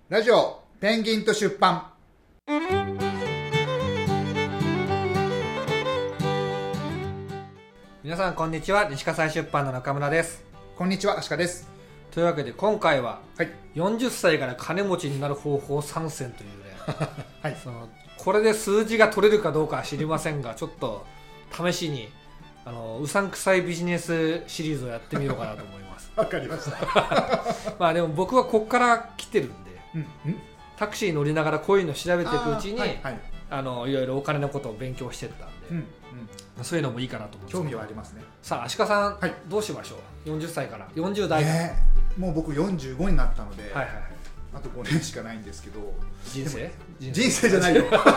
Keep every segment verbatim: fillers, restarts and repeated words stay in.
ラジオペンギンと出版。 皆さんこんにちは。西葛西出版の中村です。 こんにちは、アシカです。 というわけで今回は、 はい、 よんじゅっさいから金持ちになる方法さん選というね、 はい、 そのこれで数字が取れるかどうかは知りませんがちょっと試しにあのうさんくさいビジネスシリーズをやってみようかなと思います。 わかりましたまあでも僕はここから来てるんで、 うんうん、 タクシー乗りながらこういうのを調べていくうちに、 はいはい、 あのいろいろお金のことを勉強していったんで、 うんうん、 そういうのもいいかなと思うんですけど。 興味はありますね。 さあ足利さん、はい、どうしましょう。よんじゅっさいからよんじゅう代、 えー、もう僕よんじゅうごになったので、はいはいはい、あとごねんしかないんですけど。 人生人生、人生じゃないよちょ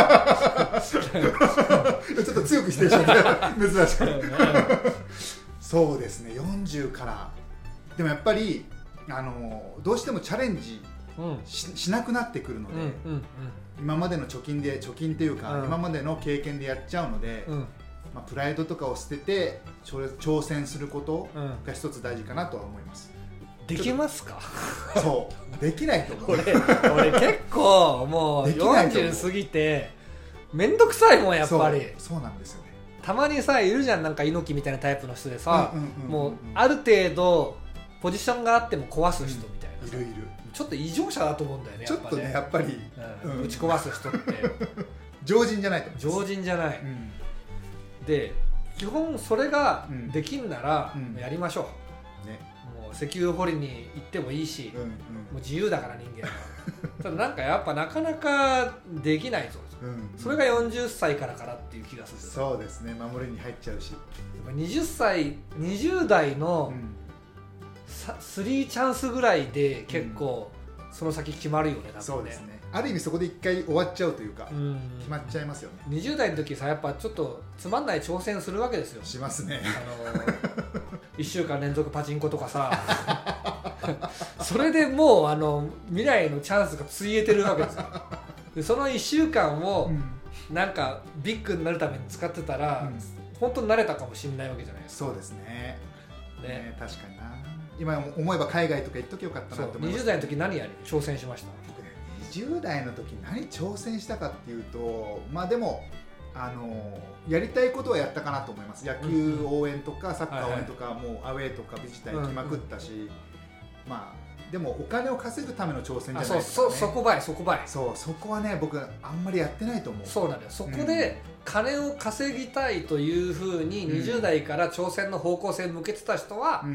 っと強く否定しちゃって珍しくそうですね、よんじゅうからでもやっぱりあのどうしてもチャレンジ し,、うん、しなくなってくるので、うんうんうん、今までの貯金で貯金っていうか、うん、今までの経験でやっちゃうので、うん、まあ、プライドとかを捨てて挑戦することが一つ大事かなとは思います。 できますか？ そうできないと思う。 俺, 俺結構もうよんじゅう過ぎてめんどくさいもんやっぱり。 そう、そうなんですよね。 たまにさいるじゃん、なんか猪木みたいなタイプの人でさ、もうある程度ポジションがあっても壊す人みたいな、うん、 いるいる。 ちょっと異常者だと思うんだよね。 ちょっとねやっぱり、 うんうん、打ち壊す人って常人じゃないと思う。常人じゃない、うん、で基本それができんならやりましょう、うんね、もう石油掘りに行ってもいいし、うんうん、もう自由だから人間はただなんかやっぱなかなかできないぞ、うんうん、それがよんじゅっさいからからっていう気がする。 そうですね、守りに入っちゃうし、 にじゅっさいにじゅう代の、うん、スリーチャンスぐらいで結構その先決まるよね、多分ね。 そうですね、ある意味そこで一回終わっちゃうというか、うん、決まっちゃいますよね。 にじゅう代の時さやっぱちょっとつまんない挑戦するわけですよ。 しますね。 あのいっしゅうかん連続パチンコとかさそれでもうあの未来のチャンスがついえてるわけですよ。でそのいっしゅうかんを、うん、なんかビッグになるために使ってたら、うん、本当になれたかもしれないわけじゃないですか。 そうですね。ね、ね、確かにな。今思えば海外とか行っときよかったなと思います。 にじゅう代の時何やり挑戦しました？ 僕ね、にじゅう代の時何挑戦したかっていうと、まあでもあのやりたいことはやったかなと思います。野球応援とかサッカー応援とか、もうアウェーとかビジター行きまくったし、うんうん、まあでもお金を稼ぐための挑戦じゃないですかね。 そうそう、そこばいそこばい。 そう、そこはね僕あんまりやってないと思う。 そうなんだよ。そこで金を稼ぎたいというふうににじゅう代から挑戦の方向性に向けてた人は、うん、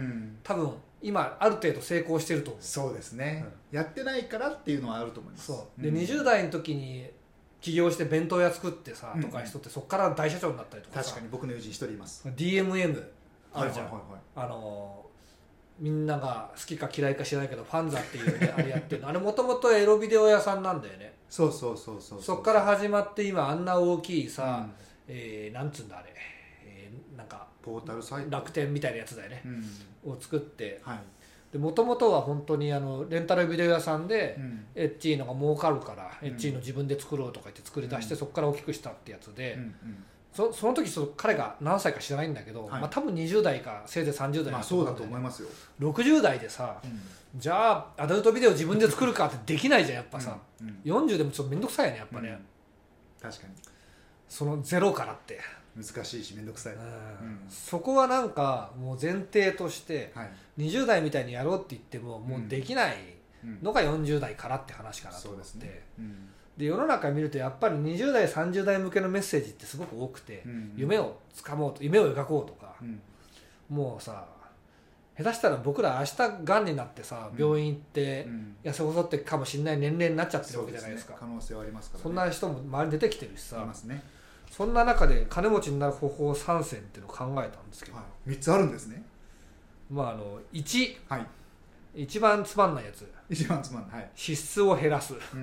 多分今ある程度成功してると思う。 そうですね、うん、やってないからっていうのはあると思います。 そうで、うん、にじゅう代の時に起業して弁当屋作ってさ、うん、とか人ってそこから大社長になったりとかさ。 確かに僕の友人一人います。 ディーエムエム あるじゃん、 はいはいはいはい、 あのみんなが好きか嫌いか知らないけどファンザっていう、ね、あれやってるのあれもともとエロビデオ屋さんなんだよね。 そうそうそうそう。 そっから始まって今あんな大きいさ、うん、えー、なんつうんだあれ、えー、なんかポータルサイト楽天みたいなやつだよね、うん、を作って、 はい、 でもともとは本当にあのレンタルビデオ屋さんで、うん、エッチーのが儲かるから、うん、エッチーの自分で作ろうとか言って作り出して、うん、そこから大きくしたってやつで、うんうん、そ, その時その彼が何歳か知らないんだけど、はい、まあ、多分にじゅう代かせいぜいさんじゅう代だと思うんだよね。 まあそうだと思いますよ。 ろくじゅう代でさ、うん、じゃあアダルトビデオ自分で作るかってできないじゃんやっぱさ、うんうん、よんじゅうでもちょっと面倒くさいよねやっぱね、 うん、確かにそのゼロからって難しいし面倒くさい、うんうん、 そこはなんかもう前提として、はい、にじゅう代みたいにやろうって言ってももうできないのがよんじゅう代からって話かなと思って、うん、そうですね、うん、で世の中見るとやっぱりにじゅう代さんじゅう代向けのメッセージってすごく多くて、うんうん、夢をつかもうと夢を描こうとか、うん、もうさ下手したら僕ら明日がんになってさ病院行って痩せ細ってかもしれない年齢になっちゃってるわけじゃないですか。 そうですね、可能性はありますからね。 そんな人も周りに出てきてるしさ、 いますね。 そんな中で金持ちになる方法さん選っていうのを考えたんですけど、はい、 みっつあるんですね。 まああのいち、 はい、 一番つまんないやつ、 一番つまんない、はい、 支出を減らす。うん、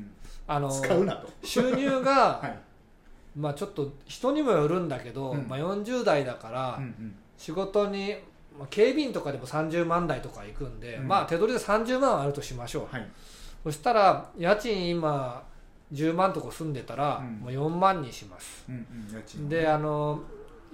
あの使うなと収入が、はい、まあちょっと人にもよるんだけど、うん、まあ、よんじゅう代だから、うんうん、仕事に、まあ、警備員とかでもさんじゅうまん台とか行くんで、うん、まあ手取りでさんじゅうまんあるとしましょう、はい、そしたら家賃今じゅうまんとこ住んでたら、うん、もうよんまんにします、うんうん、家賃であの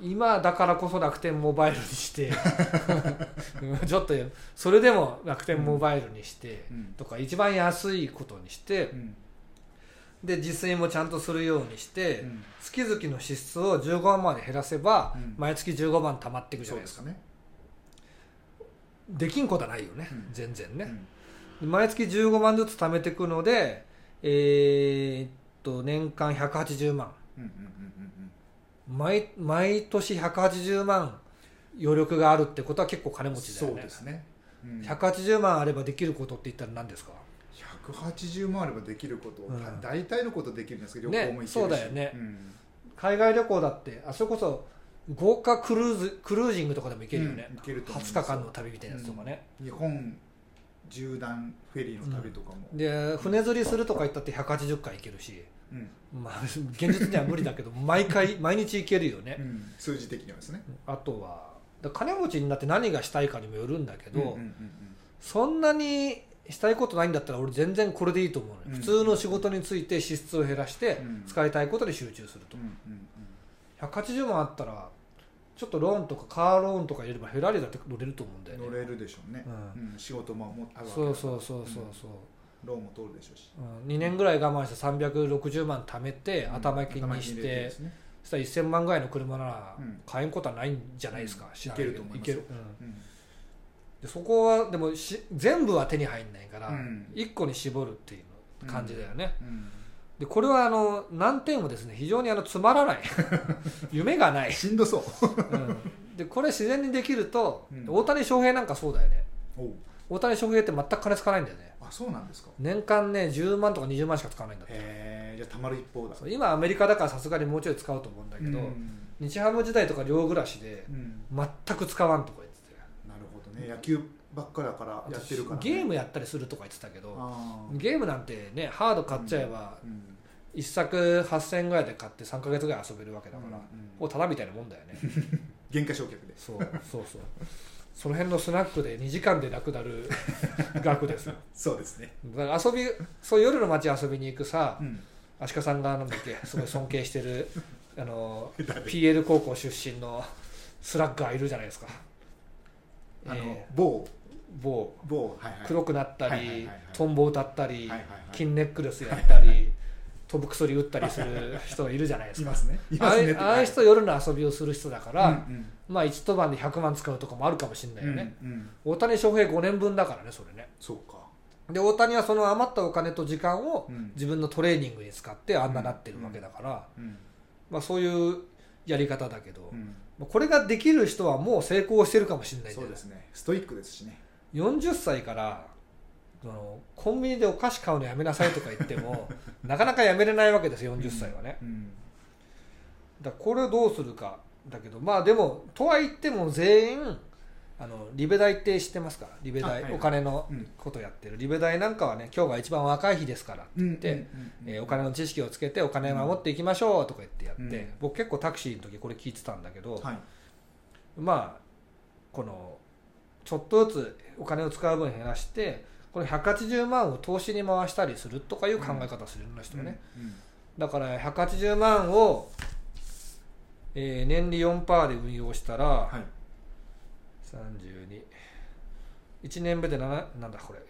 今だからこそ楽天モバイルにしてちょっとそれでも楽天モバイルにしてとか、一番安いことにして、うん、で自炊もちゃんとするようにして、うん、月々の支出をじゅうごまんまで減らせば、うん、毎月じゅうごまん貯まっていくじゃないですか。そうですね。できんことはないよね、うん、全然ね、うん、毎月じゅうごまんずつ貯めていくので、えー、っと年間ひゃくはちじゅうまん、うんうんうんうん、毎, 毎年ひゃくはちじゅうまん余力があるってことは結構金持ちだよね。そうですね、うん、ひゃくはちじゅうまんあればできることって言ったら何ですか？ ひゃくはちじゅうまんあればできること、うん、大体のことできるんですけど、旅行も行けるし、 ね、そうだよね、うん、海外旅行だってあそれこそ豪華クルーズクルージングとかでも行けるよね、うん、行けると思います。はつかかんの旅みたいなやつとかね、 うん、日本縦断フェリーの旅とかも、 うん、で船釣りするとか言ったってひゃくはちじゅっかい行けるし、うん、まあ現実には無理だけど毎回毎日行けるよね、うん、 数字的にはですね。 あとは金持ちになって何がしたいかにもよるんだけど、うんうんうんうん、そんなにしたいことないんだったら俺全然これでいいと思うのよ、うんうん、普通の仕事について支出を減らして使いたいことに集中すると、うんうんうん、ひゃくはちじゅうまんあったらちょっとローンとかカーローンとか入れればフェラーリだって乗れると思うんだよね。 乗れるでしょうね、うんうん、仕事ももあるわけだから。 そうそうそうそうそう、 うん、ローンも通るでしょうし、 うん、にねんぐらい我慢してさんびゃくろくじゅうまん貯めて、うん、頭金にして、そしたらせんまんぐらいの車なら買えんことはないんじゃないですか、うん、 いけると思いますよ。 うんうん、でそこはでもし全部は手に入んないから、うん、いっこに絞るっていう感じだよね、うんうん、でこれはあの難点もですね非常にあのつまらない夢がないしんどそう、 うん、でこれ自然にできると、うん、大谷翔平なんかそうだよね。大谷翔平って全く金使わないんだよね。 あ、そうなんですか。 年間ねじゅうまんとかにじゅうまんしか使わないんだって。 へー、じゃあたまる一方だ。 今アメリカだからさすがにもうちょい使うと思うんだけど、うん、日ハム時代とか寮暮らしで全く使わんとか言ってて、 うん、なるほどね。野球ばっかだからやってるから、ね、 ゲームやったりするとか言ってたけど、ゲームなんてねハード買っちゃえば、うんうん、いっさくはっせんえんぐらいで買ってさんかげつぐらい遊べるわけだから、うんうん、ただみたいなもんだよね原価償却で。 そうそうそうその辺のスナックでにじかんでなくなる額ですよそうですね。 だから遊びそう夜の街遊びに行くさ、うん、足利さんがなんだっけすごい尊敬してるあの ピーエル 高校出身のスラッガーいるじゃないですか。 あの、えー、某某某、はいはい、 黒くなったり、はいはいはいはい、トンボ歌ったり、はいはいはい、金ネックレスやったり、はいはい、飛ぶ薬打ったりする人いるじゃないですか。いますね。いますね。ああいう人夜の遊びをする人だから、うんうん、まあ一晩でひゃくまん使うとかもあるかもしれないよね、うんうん、大谷翔平ごねんぶんだからねそれね。 そうか。 で大谷はその余ったお金と時間を自分のトレーニングに使ってあんななってるわけだから、うんうん、まあ、そういうやり方だけど、うん、これができる人はもう成功してるかもしれないんだよ。 そうですね。ストイックですしね。 よんじゅっさいからそのコンビニでお菓子買うのやめなさいとか言ってもなかなかやめれないわけですよよんじゅっさいはね、うんうん、だからこれをどうするかだけど、まあでもとは言っても全員あのリベ大って知ってますか？リベ大、はいはい、お金のことやってる、うん、リベ大なんかはね今日が一番若い日ですからって言って、うんうんうんうん、えー、お金の知識をつけてお金を守っていきましょうとか言ってやって、うん、僕結構タクシーの時これ聞いてたんだけど、はい、まあこのちょっとずつお金を使う分減らしてこのひゃくはちじゅうまんを投資に回したりするとかいう考え方をするような人ね、うんうんうん、だからひゃくはちじゅうまんを、えー、年利 よんパーセント で運用したら、はい、さんじゅうに いちねんめでなななんだこれ、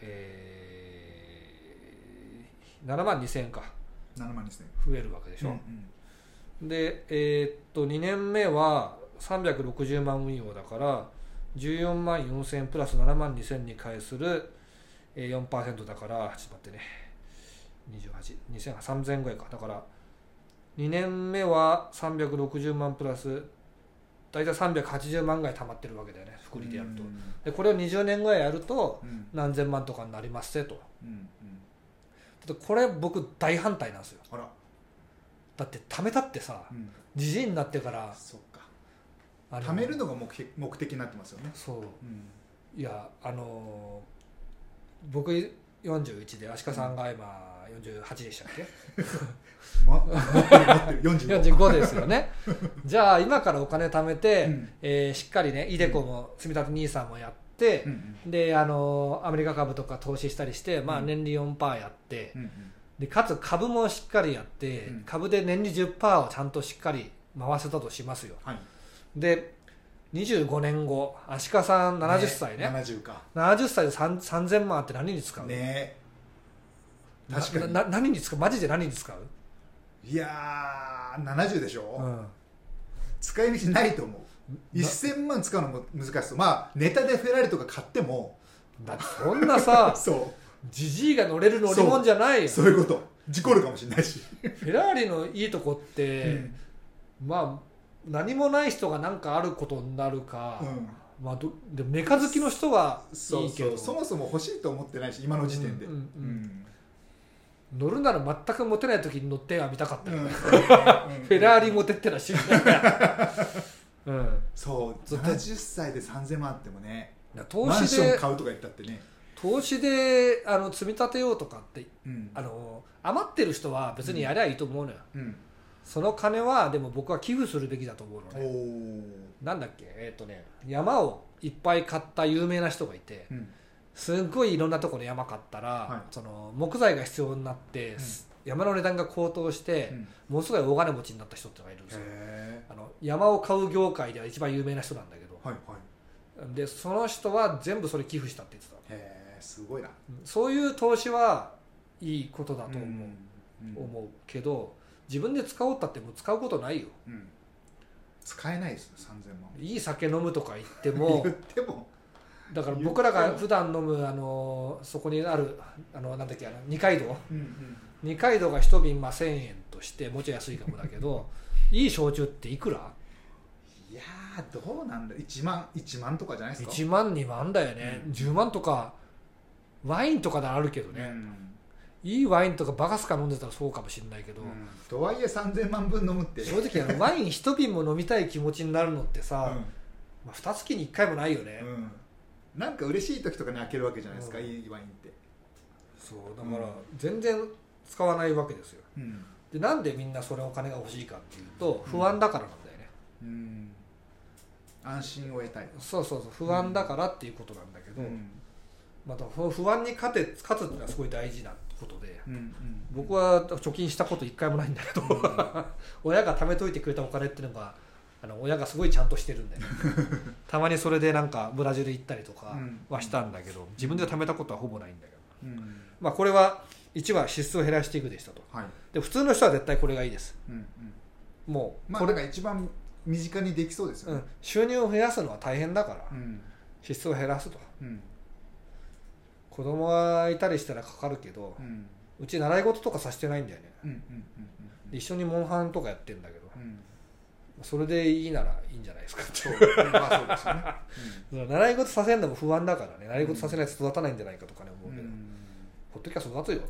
えー、ななまんにせんえんかななまんにせんえん増えるわけでしょ、うんうん、で、えー、っとにねんめはさんびゃくろくじゅうまん運用だからじゅうよんまんよんせんえんプラスななまんにせんに対する よんパーセント だからちょっと待ってねにじゅうはち、にせん、さんぜんえんぐらいか。だからにねんめはさんびゃくろくじゅうまんプラス大体さんびゃくはちじゅうまんぐらい溜まってるわけだよね複利でやると。でこれをにじゅうねんぐらいやると何千万とかになりますせと、うんうん、だってこれ僕大反対なんですよ。あらだって貯めたってさじじいになってからそうか貯めるのが 目, 目的になってますよね。 そう、うん、いやあのー、僕よんじゅういちで足利さんが今よんじゅうはちでしたっけ、ま、よんじゅうご, よんじゅうごですよねじゃあ今からお金貯めて、うん、えー、しっかりねイデコも積立 ニーサ もやって、うんうん、であのー、アメリカ株とか投資したりして、まあ、年利 よんパーセント やって、うんうん、でかつ株もしっかりやって、うん、株で年利 じゅっパーセント をちゃんとしっかり回せたとしますよ、はい、 でにじゅうごねんご足利さんななじゅっさいね、 ななじゅうかななじゅっさいでさんぜんまんあって何に使うね。確かになな何に使うマジで何に使う？ いやーななじゅうでしょ、うん、使い道ないと思う。せんまん使うのも難しそう。まあネタでフェラーリとか買ってもだってそんなさそうジジイが乗れる乗り物じゃないよ。 そういうこと。事故るかもしれないしフェラーリのいいとこって、うん、まあ何もない人が何かあることになるか、うんまあ、どでメカ好きの人はいいけど、 そうそうそもそも欲しいと思ってないし今の時点で、うんうんうんうん、乗るなら全く持てない時に乗っては見たかったよ、うん、フェラーリ持てってらっしゃる、うん、 そうななじゅっさいでさんぜんまんあってもね投資でマンション買うとか言ったってね投資であの積み立てようとかって、うん、あの余ってる人は別にやりゃいいと思うのよ、うんうん、その金はでも僕は寄付するべきだと思うのね。なんだっけえっ、ー、とね山をいっぱい買った有名な人がいて、うん、すっごいいろんなところの山買ったら、はい、その木材が必要になって、うん、山の値段が高騰して、うん、ものすごい大金持ちになった人ってのがいるんですよ。あの山を買う業界では一番有名な人なんだけど、はいはい、でその人は全部それ寄付したって言ってた。 へーすごいな。 そういう投資はいいことだと思う、うんうん、思うけど自分で使おうったってもう使うことないよ、うん、 使えないですよさんぜんまん。 いい酒飲むとか言っても言ってもだから僕らが普段飲むあのそこにあるあのなんだっけあの二階堂、うんうん、二階堂が一瓶まあせんえんとしてもうちょい安いかもだけどいい焼酎っていくら？ いやーどうなんだいちまんいちまんとかじゃないですか。 いちまんにまんだよね、うん、じゅうまんとかワインとかであるけどね、うん、いいワインとかバカスカ飲んでたらそうかもしれないけど、うん、 とはいえさんぜんまんぶん飲むって正直あのワイン一瓶も飲みたい気持ちになるのってさ、うんまあ、にがつにいっかいもないよね、うん、 なんか嬉しい時とかに開けるわけじゃないですか、うん、いいワインって。 そうだから全然使わないわけですよ、うん、でなんでみんなそれお金が欲しいかっていうと不安だからなんだよね、 うんうん、安心を得たい。 そうそうそう不安だからっていうことなんだけど、うんまた不安に勝て勝つっていうのはすごい大事なことで、うんうん、僕は貯金したこと一回もないんだけど、うん、親が貯めといてくれたお金っていうのがあの親がすごいちゃんとしてるんで、ね、たまにそれでなんかブラジル行ったりとかはしたんだけど、うん、自分で貯めたことはほぼないんだけど、うんまあ、これはいちは支出を減らしていくでしたと、はい、で普通の人は絶対これがいいです、うんうん、もうこれが一番身近にできそうですよね、うん、 収入を増やすのは大変だから、うん、支出を減らすと、うん子供がいたりしたらかかるけど、うん、うち習い事とかさせてないんだよね、うんうんうんうん、一緒にモンハンとかやってるんだけど、うん、それでいいならいいんじゃないですかそう、まあそうですよね、うん、習い事させるのも不安だからね習い事させないと育たないんじゃないかとかね思うけど、うん、ほっときゃ育つよ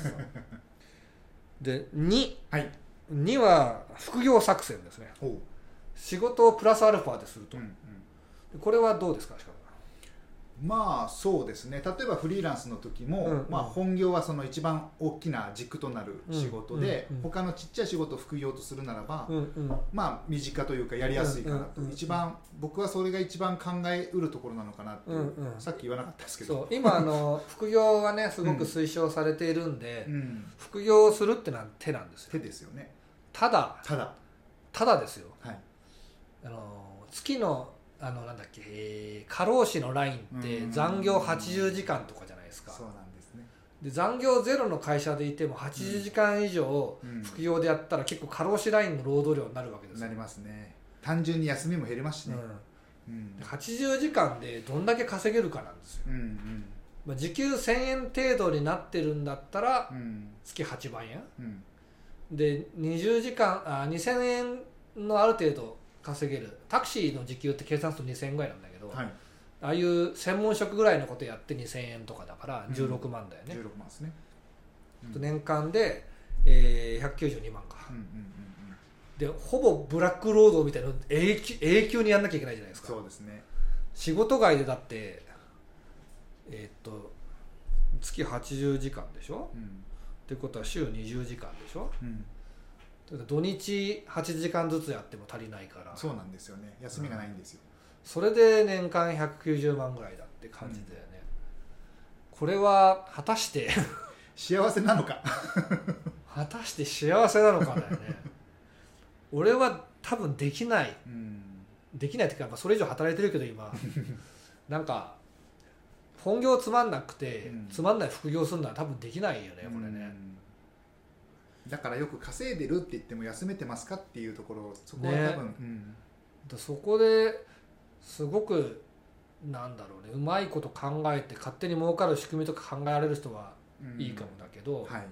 で に,、はい、には副業作戦ですね。仕事をプラスアルファですると、うんうん、これはどうですか？ まあそうですね。例えばフリーランスの時も、うんうんまあ、本業はその一番大きな軸となる仕事で、うんうんうん、他のちっちゃい仕事を副業とするならば、うんうん、まあ身近というかやりやすいかなと、うんうん、一番僕はそれが一番考えうるところなのかなって、うんうん、さっき言わなかったですけどそう今あの副業がねすごく推奨されているんで、うん、副業をするってのは手なんですよ。 手ですよね。 ただただただですよ、はい、あの月のあのなんだっけ、えー、過労死のラインって残業はちじゅうじかんとかじゃないですか。 そうなんですね。 で残業ゼロの会社でいてもはちじゅうじかん以上副業でやったら結構過労死ラインの労働量になるわけですよ。 なりますね。単純に休みも減りますしね、 うんうん、はちじゅうじかんでどんだけ稼げるかなんですよ、うんうんまあ、時給せんえん程度になってるんだったら月はちまんえん、うん、でにじゅうじかんあにせんえんのある程度稼げるタクシーの時給って計算するとにせんえんぐらいなんだけど、はい、ああいう専門職ぐらいのことやってにせんえんとかだからじゅうろくまんだよね、うん、 じゅうろくまんですね、 うん、年間で、えー、ひゃくきゅうじゅうにまんか、うんうんうんうん、でほぼブラック労働みたいなの永久、永久にやんなきゃいけないじゃないですか。 そうですね。 仕事外でだってえー、っと月はちじゅうじかんでしょ、うん、ってことは週にじゅうじかんでしょ、うん土日はちじかんずつやっても足りないから。 そうなんですよね。休みがないんですよ、 うん、それで年間ひゃくきゅうじゅうまんぐらいだって感じだよね、うん、これは果たして幸せなのか果たして幸せなのかだよね俺は多分できない、うん、 できないというかそれ以上働いてるけど今なんか本業つまんなくて、うん、つまんない副業するのは多分できないよねこれね、 うん、だからよく稼いでるって言っても休めてますかっていうところそこは多分、ねうん、 だそこですごくなんだろうねうまいこと考えて勝手に儲かる仕組みとか考えられる人はいいかもだけど、うんはい、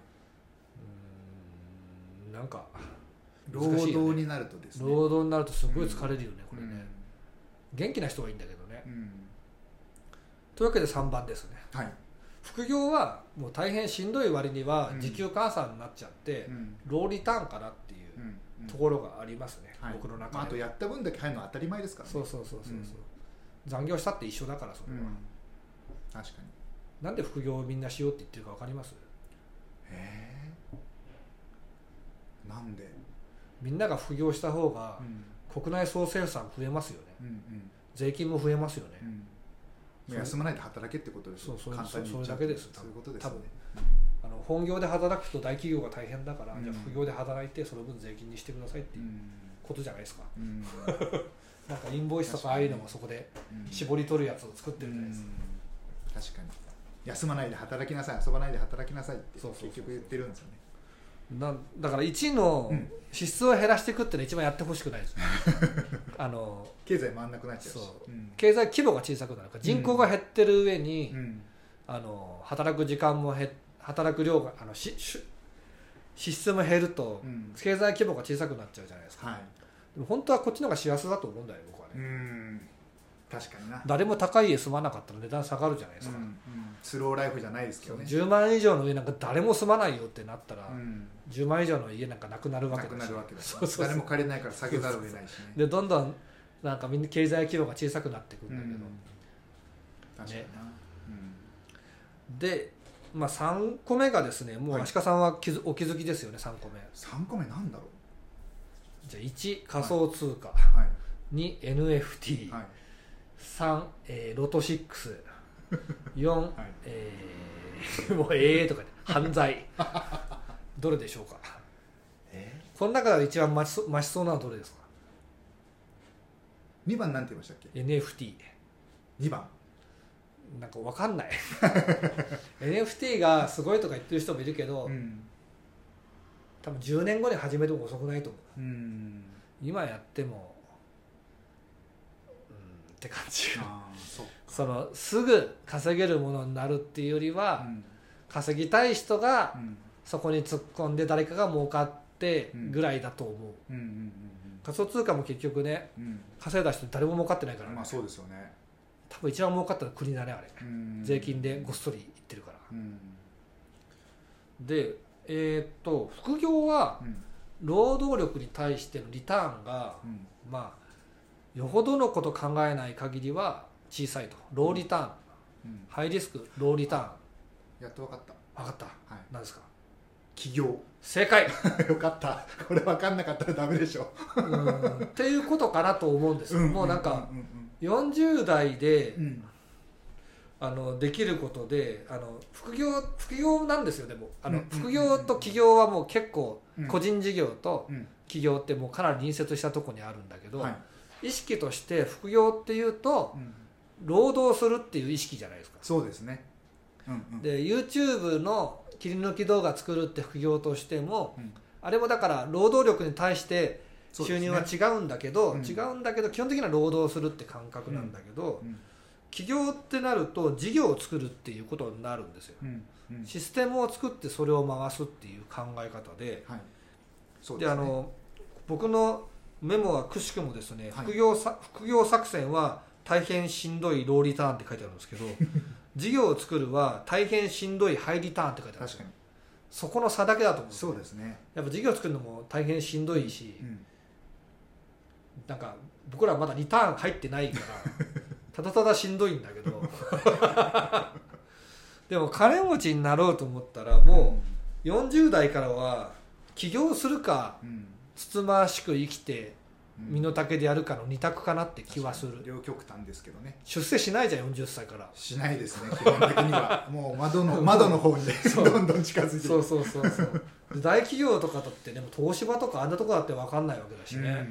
うんなんか労働になるとですね労働になるとすごい疲れるよね、うん、これね、うん、元気な人はいいんだけどね、うん、というわけでさんばんですね、はい、副業はもう大変しんどい割には時給換算になっちゃって、うん、ローリターンかなっていうところがありますね、うんうん、僕の中で、 まあ、あとやった分だけ入るのは当たり前ですからねそうそうそうそうそう、うん、残業したって一緒だからそれは、うん、 確かになんで副業をみんなしようって言ってるか分かります？ へえなんでみんなが副業した方が国内総生産増えますよね、うんうん、税金も増えますよね、 うん、休まないで働けってことですよ。 そうそうそうそれだけですそういうことですね。多分あの本業で働くと大企業が大変だから、うん、じゃあ副業で働いてその分税金にしてくださいっていうことじゃないですか、うん、なんかインボイスとかああいうのもそこで絞り取るやつを作ってるじゃないですか、 うん、確かに休まないで働きなさい遊ばないで働きなさいって結局言ってるんですよね。 なだからいちの支出を減らしていくってのは一番やってほしくないです、ね、あの経済回んなくなっちゃうしそう、うん、経済規模が小さくなるから人口が減ってる上に、うん、あの働く時間も減働く量があのしし支出も減ると、うん、経済規模が小さくなっちゃうじゃないですか、はい、でも本当はこっちの方が幸せだと思うんだよ僕はね。 うん確かにな誰も高い家住まなかったら値段下がるじゃないですか、うんうん、 スローライフじゃないですけどね。 じゅうまん以上の家なんか誰も住まないよってなったら、うん、じゅうまん以上の家なんかなくなるわけだし、 なくなるわけだしそうそうそう誰も借りないから下げざるを得ないしね。 でどんどんなんかみんな経済規模が小さくなっていくんだけど、うん、 確かにな、ねうん、で、まあ、さんこめがですねもう足利さんは気づお気づきですよね。さんこめさんこめなんだろう。 じゃあいち仮想通貨、 はい、 に エヌエフティー、はいさん、えー、ロトろく、よん、はいえー、もうええーとかで犯罪どれでしょうか、えー、この中で一番増しそう、増しそうなのはどれですか？ にばんなんて言いましたっけ？ エヌエフティーにばんなんか分かんないエヌエフティー がすごいとか言ってる人もいるけど、うん、多分じゅうねんごに始めても遅くないと思う、うん、今やってもって感じあそ, そのすぐ稼げるものになるっていうよりは、うん、稼ぎたい人がそこに突っ込んで誰かが儲かってぐらいだと思う、うんうんうんうん、仮想通貨も結局ね、うん、稼いだ人誰も儲かってないからね、 まあ、そうですよね。 多分一番儲かったのは国だねあれ、うん、税金でごっそりいってるから、うん、でえー、っと副業は労働力に対してのリターンが、うん、まあよほどのこと考えない限りは小さいと。ローリターン、うん、ハイリスクローリターン。 やっと分かった。 分かった、はい、何ですか？ 起業。 正解よかった。これ分かんなかったらダメでしょうんっていうことかなと思うんですよ、うん、もうなんかよんじゅう代で、うん、あのできることであの副業副業なんですよ。でもあの、うん、副業と起業はもう結構個人事業と起業ってもうかなり隣接したところにあるんだけど、はい意識として副業っていうと、うん、労働するっていう意識じゃないですか。 そうですね、 うんうん、で YouTube の切り抜き動画作るって副業としても、うん、あれもだから労働力に対して収入は違うんだけど、ねうん、違うんだけど基本的には労働するって感覚なんだけど、うんうん、起業ってなると事業を作るっていうことになるんですよ、うんうん、システムを作ってそれを回すっていう考え方で、はい、そうですね、であの僕のメモはくしくもですね、はい、副業さ副業作戦は大変しんどいローリターンって書いてあるんですけど事業を作るは大変しんどいハイリターンって書いてあるんですよ。確かにそこの差だけだと思うんですよ。 そうですね。 やっぱ事業を作るのも大変しんどいし、うん、なんか僕らまだリターン入ってないからただただしんどいんだけどでも金持ちになろうと思ったらもうよんじゅう代からは起業するか、うんつつましく生きて身の丈でやるかの二択かなって気はする。 両極端ですけどね。 出世しないじゃんよんじゅっさいから。 しないですね基本的にはもう窓の窓の方にどんどん近づいてそうそうそうそう大企業とかだってでも東芝とかあんなとこだって分かんないわけだしね、うん、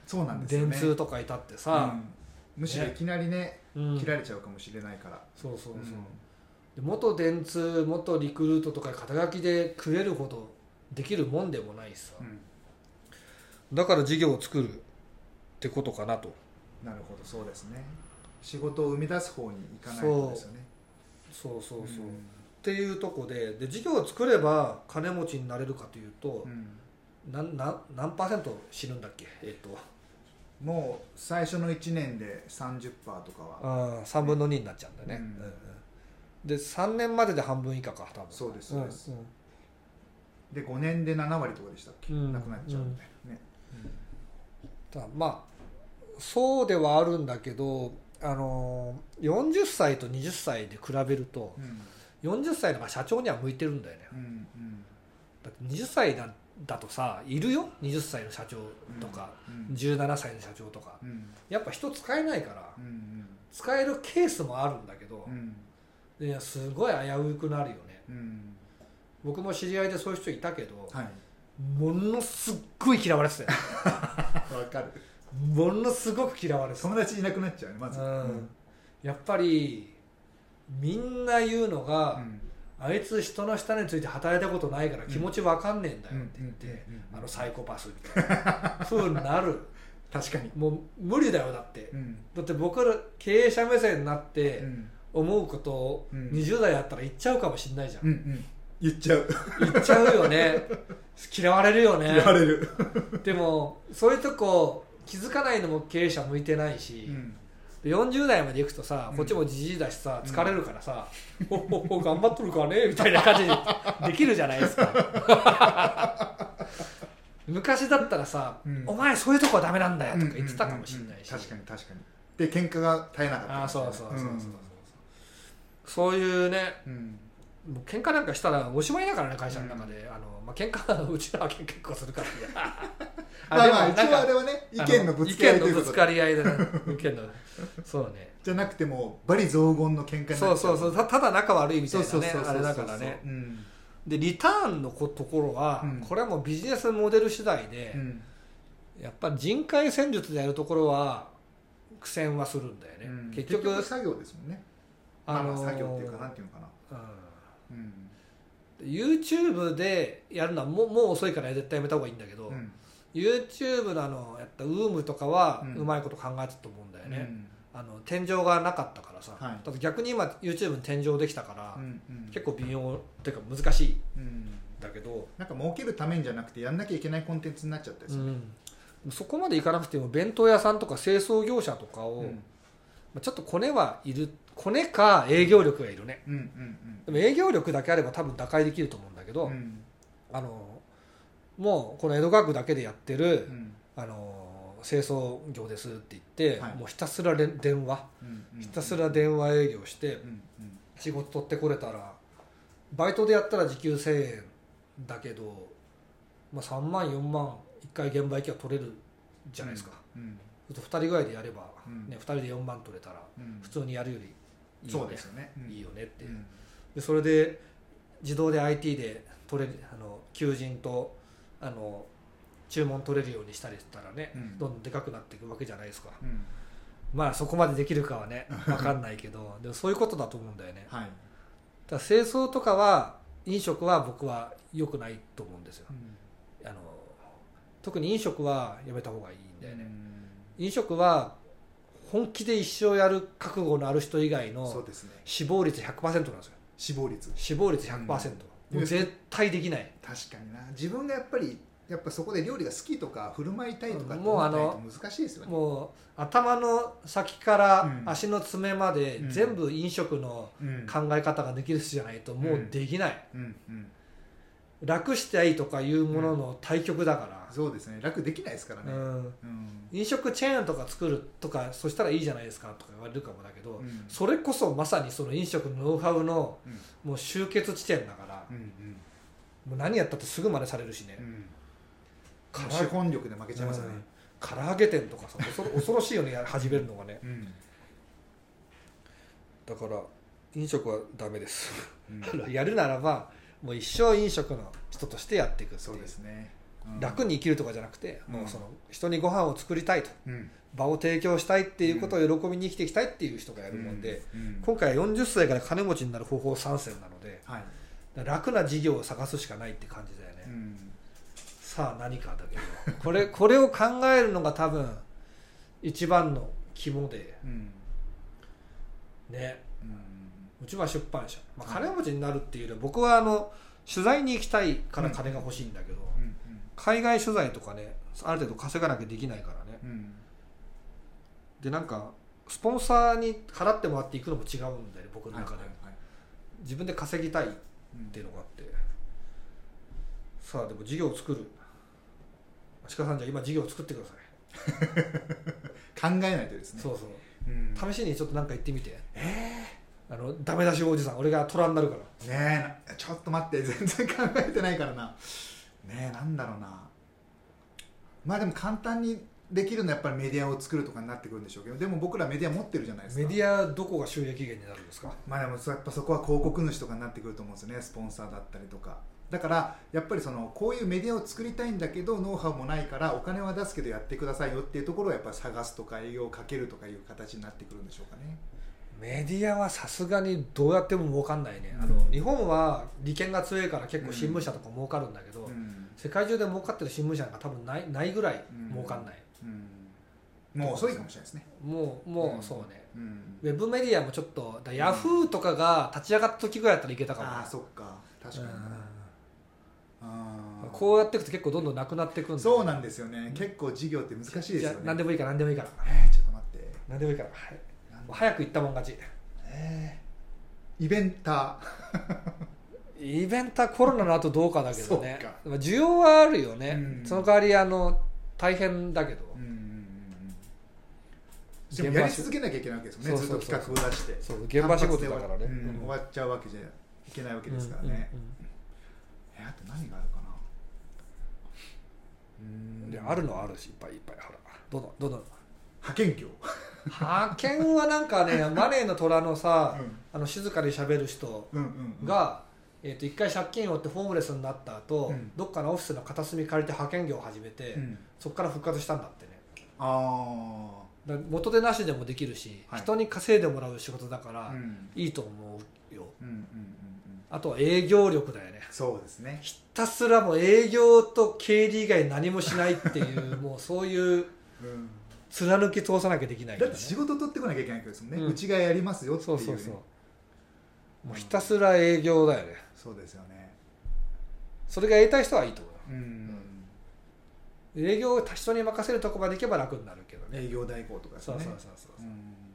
そうなんですよね、 電通とかいたってさ、 うん、むしろいきなりね、 うん、 切られちゃうかもしれないから。 そうそうそう、うん、で元電通元リクルートとか肩書きで食えるほどできるもんでもないしさ、うん、だから事業を作るってことかなと。 なるほど、そうですね。仕事を生み出す方に行かないとですよね。 そうそうそうそう、うん、っていうとこで、で事業を作れば金持ちになれるかというと、うん、なな何パーセント死ぬんだっけ、えっともう最初のいちねんで さんじゅっパーセント とかは、 あさんぶんのにになっちゃうんだよね、うんうんうん、でさんねんまでで半分以下か多分。 そうですそうです、うんうん、でごねんでななわりとかでしたっけ、うん、なくなっちゃうみたいなね、 うんうん、まあそうではあるんだけど、あのよんじゅっさいとはたちで比べると、うん、よんじゅっさいのが社長には向いてるんだよね、うんうん、だってはたちだだとさいるよ、はたちの社長とか、うんうん、じゅうななさいの社長とか、うん、やっぱ人使えないから、うんうん、使えるケースもあるんだけど、うん、いやすごい危うくなるよね、うん、僕も知り合いでそういう人いたけど、はい、ものすっごい嫌われてたよわかる、 ものすごく嫌われてた。 友達いなくなっちゃうねまず、うんうん、 やっぱりみんな言うのが、うん、あいつ人の下について働いたことないから気持ちわかんねえんだよって言って、あのサイコパスみたいな風になる確かにもう無理だよだって、うん、だって僕ら経営者目線になって思うことをにじゅう代やったら言っちゃうかもしれないじゃん、うんうん、 言っちゃう言っちゃうよね嫌われるよね。 嫌われるでもそういうとこ気づかないのも経営者向いてないし、うんよんじゅう代まで行くとさ、うん、こっちもじじいだしさ疲れるからさ、うん、おおお頑張っとるかねみたいな感じでできるじゃないですか昔だったらさ、うん、お前そういうとこはダメなんだよとか言ってたかもしれないし、 確かに確かに。で喧嘩が絶えなかった、ね、 あそうそうそうそうそう、うん、そういうね、うん、もう喧嘩なんかしたらおしまいだからね会社の中で、うん、あのまあ喧嘩はうちらは結構するからあまあまあ一応あれはね意見のぶつかり合いということで、意見のぶつかり合いでね意見のそうねじゃなくても罵詈雑言の喧嘩になっちゃう。 そうそうそう た, ただ仲悪いみたいなねあれだからね、うん、でリターンのところは、うん、これはもうビジネスモデル次第で、うん、やっぱり人海戦術でやるところは苦戦はするんだよね、うん、 結局、結局作業ですもんね、あのー、まあ作業っていうかなんていうのかな、 うんうん、YouTube でやるのはも う, もう遅いから絶対やめた方がいいんだけど、うん、YouTube のあのやった Uhm とかはうまいこと考えてたと思うんだよね、うん、あの天井がなかったからさ、はい、だって逆に今 YouTube に天井できたから、うんうん、結構微妙っていうか難しい、うん、だけどなんか儲けるためにじゃなくてやんなきゃいけないコンテンツになっちゃったりする、 うん、そこまでいかなくても弁当屋さんとか清掃業者とかを、うん、ちょっとコネはいる、コネか営業力がいるね、うんうんうん、でも営業力だけあれば多分打開できると思うんだけど、うん、あのもうこの江戸川区だけでやってる、うん、あの清掃業ですって言って、はい、もうひたすら電話、うんうん、ひたすら電話営業して、うんうん、仕事取ってこれたらバイトでやったら時給せんえんだけど、まあ、さんまんよんまんいっかい現場行きは取れるじゃないですか、うんうん、ふたりぐらいでやれば、ね、ふたりでよんまん取れたら、うん、普通にやるよりいいよね、そうですよね、うん、いいよねって、うん、でそれで自動で アイティー で取れるあの求人とあの注文取れるようにしたりしたらね、うん、どんどんでかくなっていくわけじゃないですか、うん、まあそこまでできるかはね分かんないけどでもそういうことだと思うんだよね、はい、だから清掃とかは飲食は僕は良くないと思うんですよ、うん、あの特に飲食はやめた方がいいんだよね、うん、飲食は本気で一生やる覚悟のある人以外の死亡率 ひゃくパーセント なんですよ。 死亡率死亡率 ひゃくパーセント、うん、もう絶対できない。 確かにな、自分がやっぱりやっぱそこで料理が好きとか振る舞いたいとかって思ったりと難しいですよね。 もう頭の先から足の爪まで全部飲食の考え方ができる人じゃないともうできない、うんうんうん、楽していいとかいうものの対極だから、 うん、そうですね、楽できないですからね、うんうん、 飲食チェーンとか作るとかそしたらいいじゃないですかとか言われるかもだけど、うん、それこそまさにその飲食のノウハウのもう集結地点だから、うんうん、もう何やったってすぐ真似されるしね、うん、 資本力で負けちゃいますよね、 うん、唐揚げ店とかさ恐ろしいよね始めるのがね、うん、だから飲食はダメです、うん、やるならばもう一生飲食の人としてやっていくっていう。 そうですね、 楽に生きるとかじゃなくて、うん、もうその人にご飯を作りたいと、うん、場を提供したいっていうことを喜びに生きていきたいっていう人がやるもんで、うんうん、今回はよんじゅっさいから金持ちになる方法さん選なので、はい、楽な事業を探すしかないって感じだよね、うん、さあ何かだけどこれ、これを考えるのが多分一番の肝で、うん、ね、うん、うちは出版社、まあ、金持ちになるっていうよりは僕はあの取材に行きたいから金が欲しいんだけど、うんうんうん、海外取材とかねある程度稼がなきゃできないからね、うん、でなんかスポンサーに払ってもらっていくのも違うんだよね僕の中で、はいはいはい、自分で稼ぎたいっていうのがあって、うん、さあでも事業を作る鹿さんじゃあ今事業を作ってください考えないとですねそうそう、うん、試しにちょっと何か言ってみてえー、あのダメ出しおじさん俺が虎になるからねえちょっと待って全然考えてないからなねえなんだろうなまあでも簡単にできるのはやっぱりメディアを作るとかになってくるんでしょうけどでも僕らメディア持ってるじゃないですかメディアどこが収益源になるんですかまあでもやっぱそこは広告主とかになってくると思うんですよねスポンサーだったりとかだからやっぱりそのこういうメディアを作りたいんだけどノウハウもないからお金は出すけどやってくださいよっていうところをやっぱり探すとか営業をかけるとかいう形になってくるんでしょうかねメディアはさすがにどうやっても儲かんないね、うん、あの日本は利権が強いから結構新聞社とか儲かるんだけど、うん、世界中で儲かってる新聞社なんか多分ないないぐらい儲かんない、うんうん、もう遅いかもしれないですねもう、もうそうね、うん、ウェブメディアもちょっとだヤフーとかが立ち上がった時ぐらいだったらいけたかも、ね、 ああそっか確かに、うんあこうやっていくと結構どんどんなくなっていくんだ、 そうなんですよね結構事業って難しいですよね何でもいいから何でもいいからえー、ちょっと待って何でもいいから、はい、早く言ったもん勝ち、 えー、イベンターイベンターコロナの後どうかだけどね需要はあるよね、うん、その代わりあの大変だけど、うん、 でもやり続けなきゃいけないわけですよねずっと企画を出してそう現場仕事だからね、 うん、終わっちゃうわけじゃいけないわけですからね、うんうんうんえあと何があるかなうーんであるのはあるしいっぱいいっぱいほらどんどんどんどん派遣業派遣はなんかねマネーの虎のさ、うん、あの静かにしゃべる人が、うんうんうんえー、と一回借金を負ってホームレスになった後、うん、どっかのオフィスの片隅借りて派遣業を始めて、うん、そこから復活したんだってねあだ元手なしでもできるし、はい、人に稼いでもらう仕事だから、うん、いいと思うよ、うんうんうんあとは営業力だよねそうですねひたすらもう営業と経理以外何もしないっていうもうそういう貫き通さなきゃできないから、ね、 だって仕事取ってこなきゃいけないわけですもんね、うん、うちがやりますよっていう、ね、そうそうそうもうひたすら営業だよね、 そうですよねそれがやりたい人はいいと思う、うんうん、営業を人に任せるとこまで行けば楽になるけどね営業代行とかですねそうそうそうそう、うん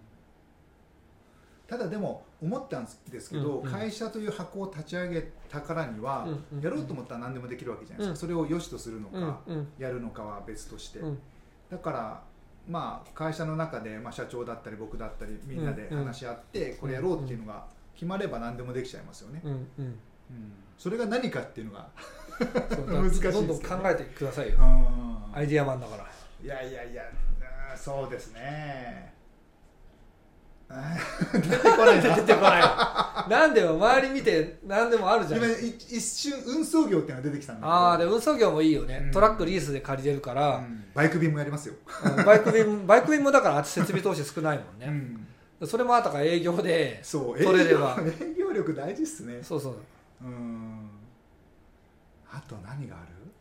ただでも思ったんですけど、うんうん、会社という箱を立ち上げたからには、うんうん、やろうと思ったら何でもできるわけじゃないですか、うん、それを良しとするのか、うんうん、やるのかは別として、うん、だからまあ会社の中で、まあ、社長だったり僕だったりみんなで話し合って、うんうん、これやろうっていうのが決まれば何でもできちゃいますよね、うんうんうん、それが何かっていうのが難しいですけど、ね、 どんどん考えてくださいよアイディアマンだからいやいやいやそうですね出てこない出てこないなんでも周り見て何でもあるじゃん今一瞬運送業っていうのが出てきたんだけどああで運送業もいいよね、うん、トラックリースで借りれるから、うん、 バイク便もやりますよバイク便バイク便もだから設備投資少ないもんね、うん、それもあとから営業で取れれば営業力大事っすねそうそううんあと何があるあと何が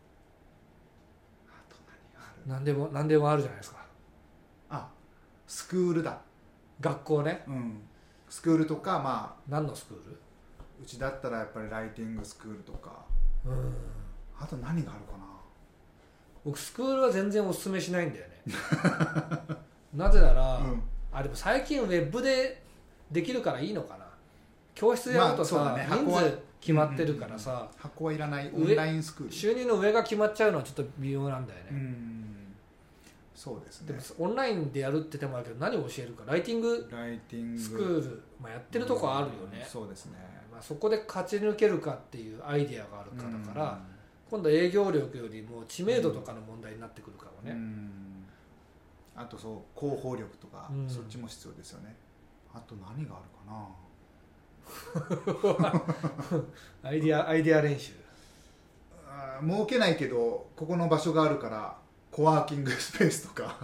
ある何でも何でもあるじゃないですかあスクールだ学校ね、 うん、スクールとかまあ何のスクールうちだったらやっぱりライティングスクールとかうんあと何があるかな僕スクールは全然おすすめしないんだよねなぜなら、うん、あでも最近ウェブでできるからいいのかな教室やるとさ、まあね、人数決まってるからさ、うんうんうん、 箱はいらないオンラインスクール収入の上が決まっちゃうのはちょっと微妙なんだよねうんそうですね、 でもオンラインでやるって手もあるけど何を教えるかライティングスクール、まあ、やってるとこあるよね、 うん、そうですね、 まあ、そこで勝ち抜けるかっていうアイデアがあるかだから、うん、今度営業力よりも知名度とかの問題になってくるかもね、うん、 あとそう広報力とか、うん、そっちも必要ですよねあと何があるかなアイデアアイデア練習儲けないけどここの場所があるからコワーキングスペースとか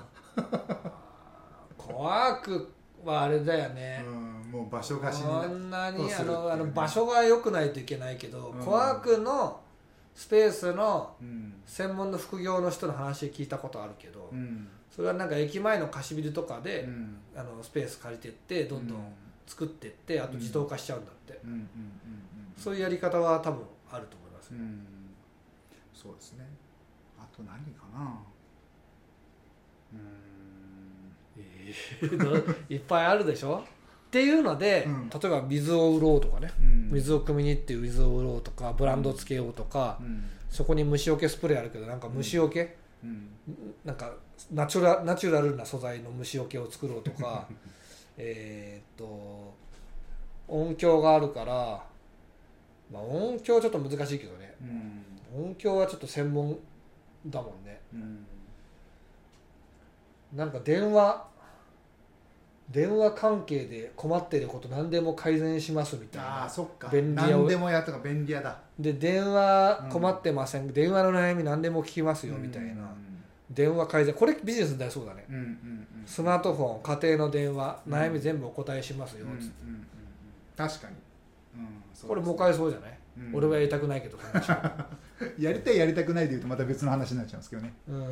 コワークはあれだよね、 うん、もう場所貸しにこんなにあのあの場所が良くないといけないけど、うん、コワークのスペースの専門の副業の人の話聞いたことあるけど、うん、それはなんか駅前の貸しビルとかで、うん、あのスペース借りてってどんどん作ってって、うん、あと自動化しちゃうんだって、うんうんうんうん、そういうやり方は多分あると思いますね、うん、 そうですね。あと何かな、うーん、えー、いっぱいあるでしょっていうので、うん、例えば水を売ろうとかね、うん、水を汲みに行って水を売ろうとかブランドをつけようとか、うん、そこに虫除けスプレーあるけどなんか虫除け、うん、なんかナチュラ、ナチュラルな素材の虫除けを作ろうとかえっと音響があるから、まあ、音響はちょっと難しいけどね、うん、音響はちょっと専門だもんね、うん、なんか電話電話関係で困っていること何でも改善しますみたいな。 あ、そっか、便利屋何でもやったか便利屋だで電話困ってません、うん、電話の悩み何でも聞きますよみたいな、うん、電話改善、これビジネスになりそうだね、うんうんうん、スマートフォン家庭の電話、うん、悩み全部お答えしますよ、うんうんうん、 確かに、 うん、そうですね、これもう買えそうじゃない、うん、俺はやりたくないけどやりたいやりたくないでいうとまた別の話になっちゃうんですけどね、うんうん、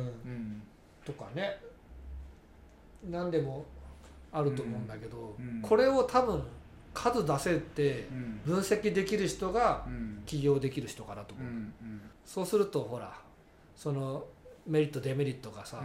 とかね、何でもあると思うんだけど、うん、これを多分数出せて分析できる人が起業できる人かなと思う、うんうん、そうするとほらそのメリットデメリットがさ、うん、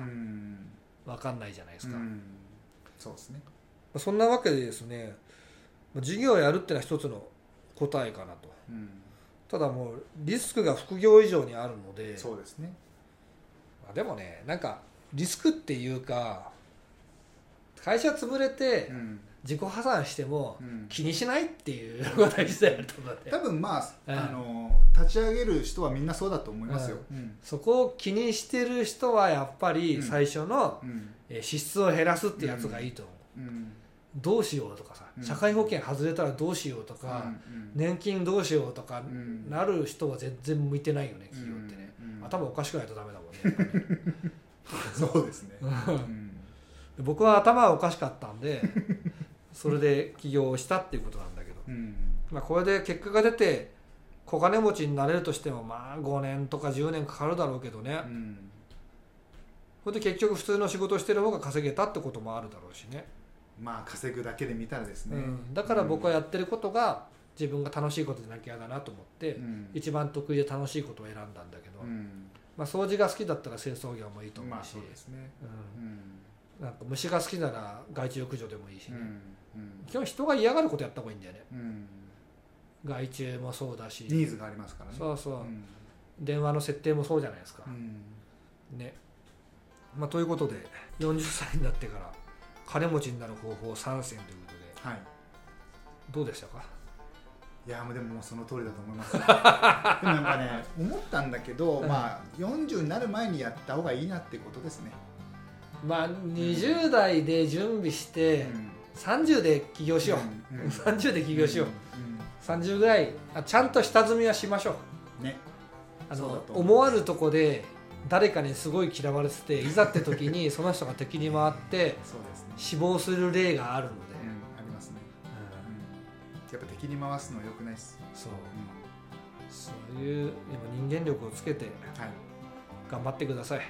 分かんないじゃないですか、うん、 そうですね。 そんなわけでですね、事業をやるってのは一つの答えかなと、うん、ただもうリスクが副業以上にあるので、 そうですね、 まあ、でもね、なんかリスクっていうか会社潰れて自己破産しても気にしないっていうのが大事だよと思って、 多分まあ、うん、あの立ち上げる人はみんなそうだと思いますよ、 うんうん、そこを気にしてる人はやっぱり最初の支出を減らすってやつがいいと思う、うんうん、どうしようとかさ、社会保険外れたらどうしようとか、うんうん、年金どうしようとかなる人は全然向いてないよね、企業ってね、うんうん、頭おかしくないとダメだもんねそうですね、うん僕は頭がおかしかったんでそれで起業をしたっていうことなんだけど、うんまあ、これで結果が出て小金持ちになれるとしてもまあごねんとかじゅうねんかかるだろうけどね、うん、それで結局普通の仕事をしてる方が稼げたってこともあるだろうしね、 まあ稼ぐだけで見たらですね、 うん、だから僕はやってることが自分が楽しいことでなきゃ嫌だなと思って、うん、一番得意で楽しいことを選んだんだけど、うんまあ、掃除が好きだったら清掃業もいいと思うし、まあそうですね、うんうんなんか虫が好きなら害虫駆除でもいいしね、うんうん、基本人が嫌がることやった方がいいんだよね、うん、害虫もそうだしニーズがありますからね、 そうそう、うん、電話の設定もそうじゃないですか、うんねまあ、ということでよんじゅっさいになってから金持ちになる方法さんせんということで、はい、どうでしたか？ いやでももうその通りだと思いますでもなんかね思ったんだけど、うんまあ、よんじゅうになる前にやった方がいいなってことですね。 まあ、にじゅう代で準備して、うん、さんじゅうで起業しよう、うんうん、さんじゅうで起業しよう、うんうん、さんじゅうぐらいあちゃんと下積みはしましょう、ね、あの思わぬとこで誰かにすごい嫌われてていざって時にその人が敵に回って死亡する例があるので、うん、 ありますね、うん、やっぱ敵に回すのは良くないです。 そう、うん、そういう人間力をつけて、はい頑張ってください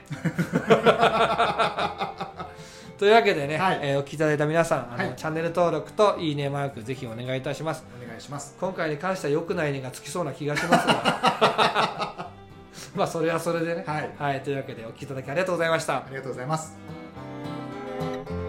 というわけでね、はいえー、お聞きいただいた皆さんあの、はい、チャンネル登録といいねマークぜひお願いいたします。 お願いします。 今回に関しては良くないねがつきそうな気がしますがまあそれはそれでね、はいはい、というわけでお聞きいただきありがとうございました。 ありがとうございます。